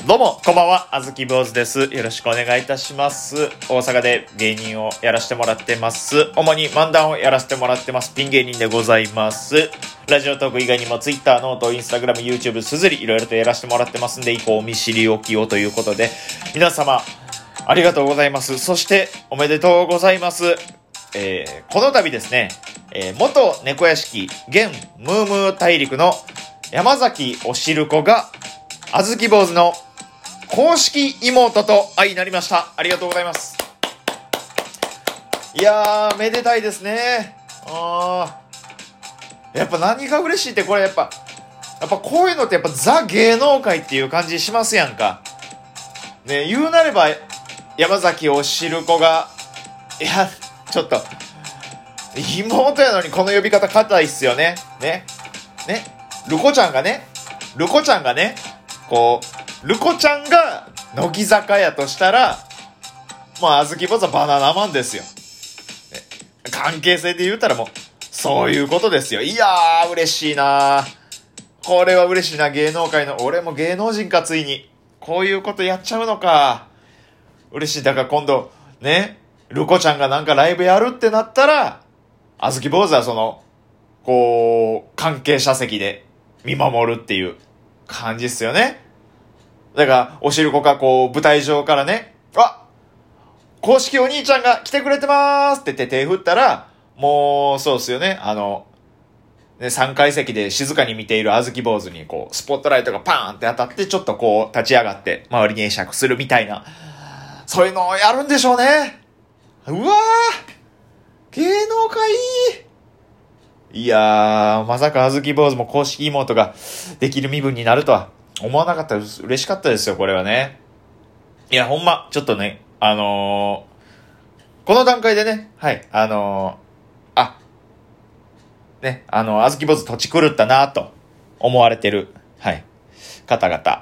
どうも、こんばんは、あずき坊主です。よろしくお願いいたします。大阪で芸人をやらせてもらってます。主に漫談をやらせてもらってます。ピン芸人でございます。ラジオトーク以外にも Twitter、ノート、Instagram、YouTube、すずり、いろいろとやらせてもらってますんで、以降お見知りおきをということで、皆様、ありがとうございます。そして、おめでとうございます。この度ですね、元猫屋敷、現ムームー大陸の山崎おしるこが、あずき坊主の公式妹と相なりました。ありがとうございます。いやー、めでたいですね。やっぱ何が嬉しいって、これやっぱこういうのってやっぱザ芸能界っていう感じしますやんか。ね、言うなれば、山崎おしるこが、いや、ちょっと、妹やのにこの呼び方硬いっすよね。ね。ルコちゃんがね、こう、ルコちゃんが乃木坂やとしたら、もうあずき坊主はバナナマンですよ。ね、関係性で言うたらもう、そういうことですよ。いやー、嬉しいなー。これは嬉しいな、芸能界の。俺も芸能人か、ついに。こういうことやっちゃうのか。嬉しい。だから今度、ね、ルコちゃんがなんかライブやるってなったら、あずき坊主はその、こう、関係者席で見守るっていう感じっすよね。だから、おしるこがこう、舞台上からね、公式お兄ちゃんが来てくれてまーすって言って手振ったら、もう、そうっすよね。ね、3階席で静かに見ているあずき坊主に、こう、スポットライトがパーンって当たって、ちょっとこう、立ち上がって、周りに会釈するみたいな、そういうのをやるんでしょうね。うわー、芸能界いやー、まさかあずき坊主も公式妹ができる身分になるとは思わなかったです。嬉しかったですよ、これはね。いや、ほんま、ちょっとね、この段階でね、はい、あずき坊主土地狂ったなと思われてる、はい、方々。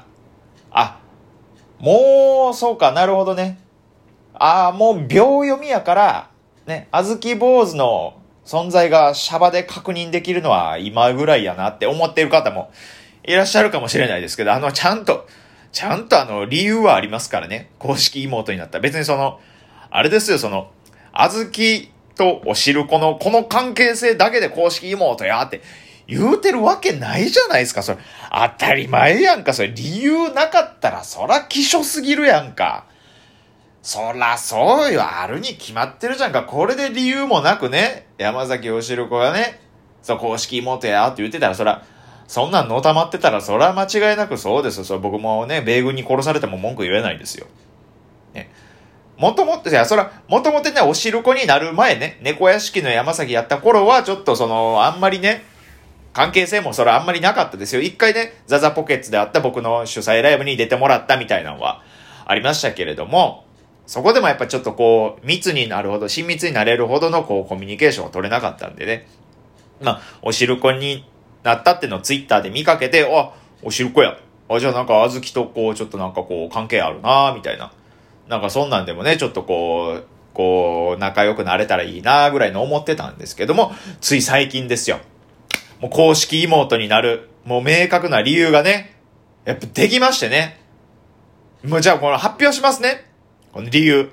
もう、そうかなるほどね。もう秒読みやから、ね、あずき坊主の存在がシャバで確認できるのは今ぐらいやなって思っている方もいらっしゃるかもしれないですけど、ちゃんと理由はありますからね。公式妹になったら。別にあれですよ、あずきとおしるこの、この関係性だけで公式妹やって言うてるわけないじゃないですか。それ、当たり前やんか。それ、理由なかったら、そら希少すぎるやんか。そらそうよ、あるに決まってるじゃんか。これで理由もなくね、山崎おしるこがね、公式妹やって言ってたら、そんなんのたまってたら、そら間違いなくそうですよ。僕もね、米軍に殺されても文句言えないですよ。ね。もともとね、おしるこになる前ね、猫屋敷の山崎やった頃は、ちょっとあんまりね、関係性もあんまりなかったですよ。一回ね、ザザポケッツであった僕の主催ライブに出てもらったみたいなのはありましたけれども、そこでもやっぱちょっとこう、密になるほど、親密になれるほどのこう、コミュニケーションを取れなかったんでね。おしるこになったってのをツイッターで見かけて、おしるこや。じゃあなんかあずきとこう、ちょっとなんかこう、関係あるなみたいな。なんかそんなんでもね、ちょっとこう、仲良くなれたらいいなぐらいの思ってたんですけども、つい最近ですよ。もう公式妹になる、もう明確な理由がね、やっぱできましてね。もうじゃあこの発表しますね。この理由。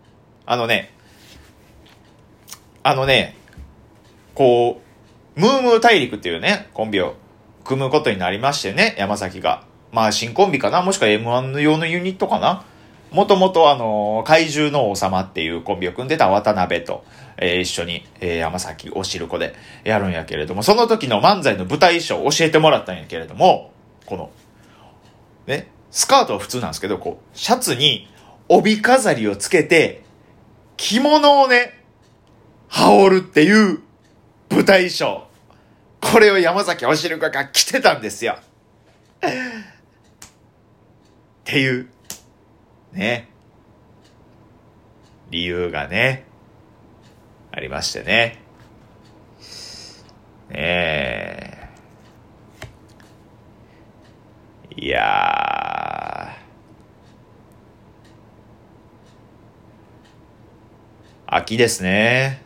こう、ムームー大陸っていうね、コンビを組むことになりましてね、山崎が。新コンビかなもしくは M1 用のユニットかなもともと怪獣の王様っていうコンビを組んでた渡辺と、一緒に、山崎おしるこでやるんやけれども、その時の漫才の舞台衣装を教えてもらったんやけれども、この、ね、スカートは普通なんですけど、こう、シャツに帯飾りをつけて、着物をね、羽織るっていう舞台衣装。これを山崎おしるこが着てたんですよ。っていう、ね。理由がね、ありましてね。いやー、秋ですね。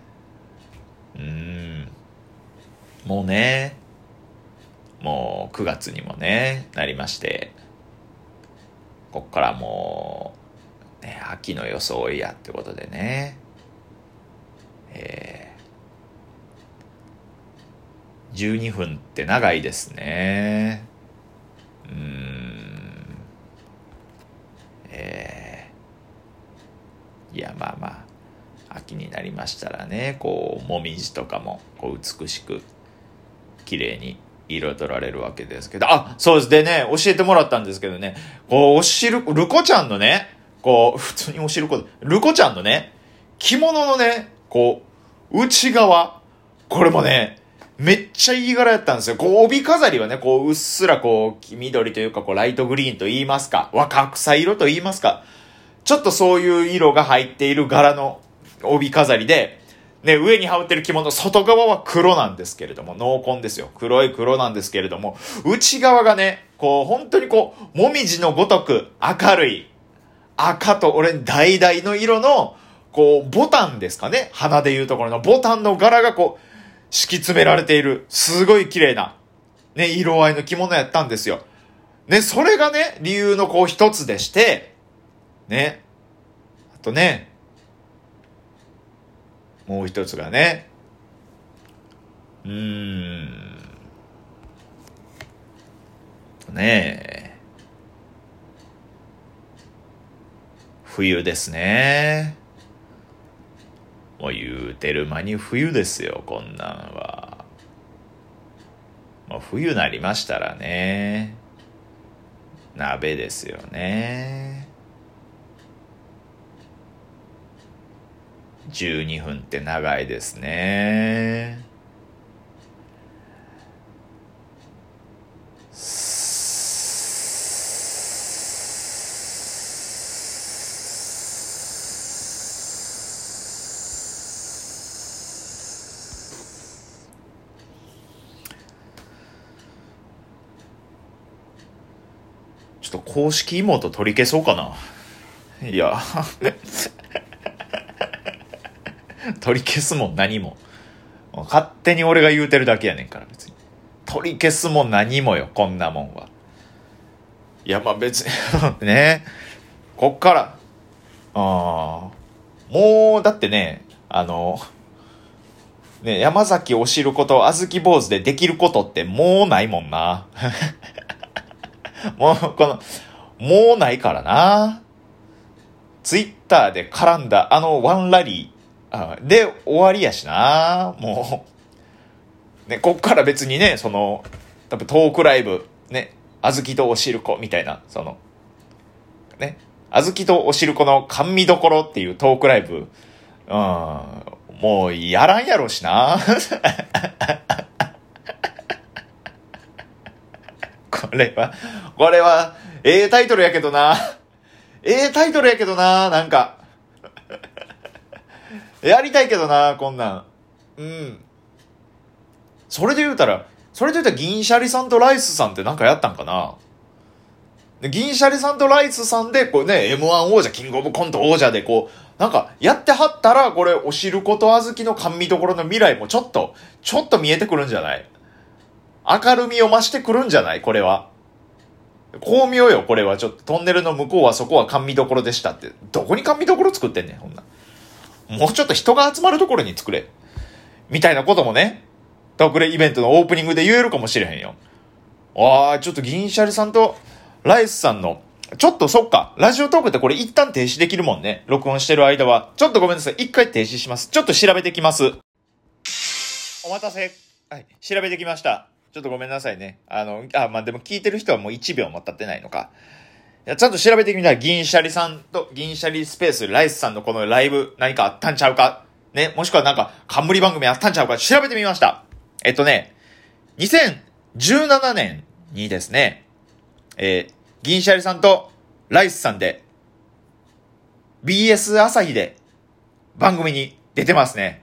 もうね、もう9月にもね、なりまして。 こっからもう、ね、秋の装いやってことでね。12分って長いですね。いや、まあまあ、秋になりましたらね、こう、もみじとかも、こう、美しく、綺麗に彩られるわけですけど、あ、そうです。でね、教えてもらったんですけどね、こう、ルコちゃんのね、こう、普通にルコちゃんのね、着物のね、こう、内側、これもね、めっちゃいい柄やったんですよ。こう、帯飾りはね、こう、うっすらこう、緑というか、こう、ライトグリーンと言いますか、若草色と言いますか、ちょっとそういう色が入っている柄の帯飾りで、ね、上に羽織ってる着物、外側は黒なんですけれども、濃紺ですよ。黒い黒なんですけれども、内側がね、こう、本当にこう、もみじのごとく明るい、赤とオレンジ、橙の色の、こう、ボタンですかね。花でいうところのボタンの柄がこう、敷き詰められている、すごい綺麗な、ね、色合いの着物やったんですよ。ね、それがね、理由のこう一つでして、ね、あとね、もう一つがね、ね、冬ですね。もう言うてる間に冬ですよ、こんなんは。もう冬なりましたらね、鍋ですよね。12分って長いですね。ちょっと公式妹取り消そうかな。いや取り消すもん何も。勝手に俺が言うてるだけやねんから、別に。取り消すもん何もよ、こんなもんは。いや、まあ別にね、こっから、もう、だってね、ね、山崎おしることあずき坊主でできることってもうないもんな。もう、もうないからな。ツイッターで絡んだワンラリーで終わりやしな。もう、ね、こっから別にね、多分トークライブ、ね、あずきとおしるこみたいな、ね、あずきとおしるこの甘味どころっていうトークライブ、もうやらんやろしな。これは、タイトルやけどな。タイトルやけどな、なんか。やりたいけどな、こんなん。それで言うたら、銀シャリさんとライスさんってなんかやったんかな。銀シャリさんとライスさんで、こうね、M1 王者、キングオブコント王者で、こう、なんか、やってはったら、これ、おしることあずきの甘味どころの未来もちょっと見えてくるんじゃない？明るみを増してくるんじゃない？これは。巧妙よ、これは。ちょっと、トンネルの向こうはそこは甘味どころでしたって。どこに甘味どころ作ってんねん、ほんな。もうちょっと人が集まるところに作れ。みたいなこともね、トークレイベントのオープニングで言えるかもしれへんよ。ちょっと銀シャリさんとライスさんの、ちょっとそっか、ラジオトークってこれ一旦停止できるもんね。録音してる間は。ちょっとごめんなさい。一回停止します。ちょっと調べてきます。お待たせ。はい。調べてきました。ちょっとごめんなさいね。まあ、でも聞いてる人はもう1秒も経ってないのか。いや、ちゃんと調べてみたら、銀シャリさんと銀シャリスペースライスさんのこのライブ何かあったんちゃうかね。もしくはなんか冠番組あったんちゃうか調べてみました。2017年にですね、銀シャリさんとライスさんで BS 朝日で番組に出てますね。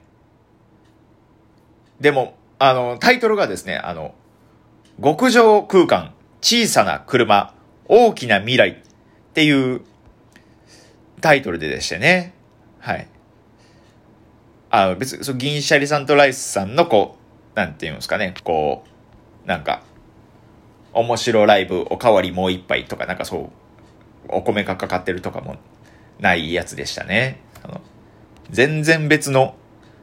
でも、タイトルがですね、極上空間、小さな車、大きな未来っていうタイトルでしてね。はい。別に、銀シャリさんとライスさんのこう、なんていうんですかね、こう、なんか、面白ライブおかわりもう一杯とかなんかそう、 お米がかかってるとかもないやつでしたね。全然別の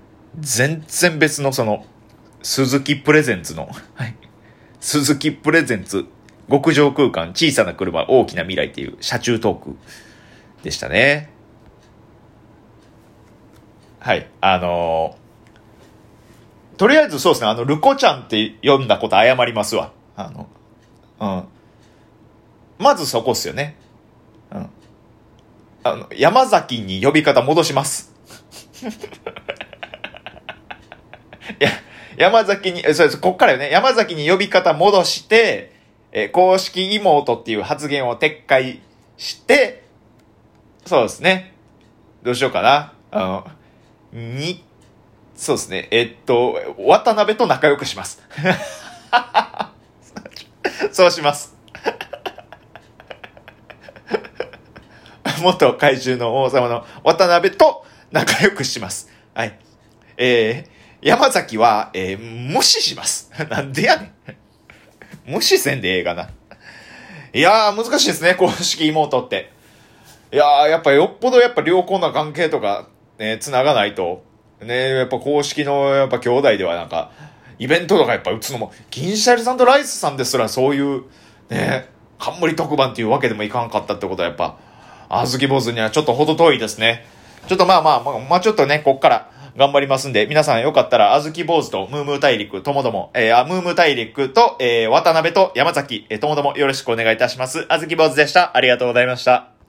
その、鈴木プレゼンツの、はい。鈴木プレゼンツ、極上空間、小さな車、大きな未来っていう車中トークでしたね。はい。とりあえずそうですね、ルコちゃんって読んだこと謝りますわ。うん。まずそこっすよね。うん。山崎に呼び方戻します。いや、山崎に、そうです、こっからよね。山崎に呼び方戻して、公式妹っていう発言を撤回して、そうですね。どうしようかな。そうですね。渡辺と仲良くします。そうします。元怪獣の王様の渡辺と仲良くします。はい。山崎は、無視します。なんでやねん。無視せんでええがな。いやー、難しいですね、公式妹って。いやー、やっぱよっぽど良好な関係とか、ね、繋がないと、ね、やっぱ公式の、やっぱ兄弟ではなんか、イベントとかやっぱ打つのも、銀シャリさんとライスさんですらそういう、ね、冠特番っていうわけでもいかんかったってことはやっぱ、あずき坊主にはちょっとほど遠いですね。ちょっとまあちょっとね、こっから頑張りますんで、皆さんよかったら、あずき坊主とムームー大陸ともども、ムームー大陸と、渡辺と山崎、ともどもよろしくお願いいたします。あずき坊主でした。ありがとうございました。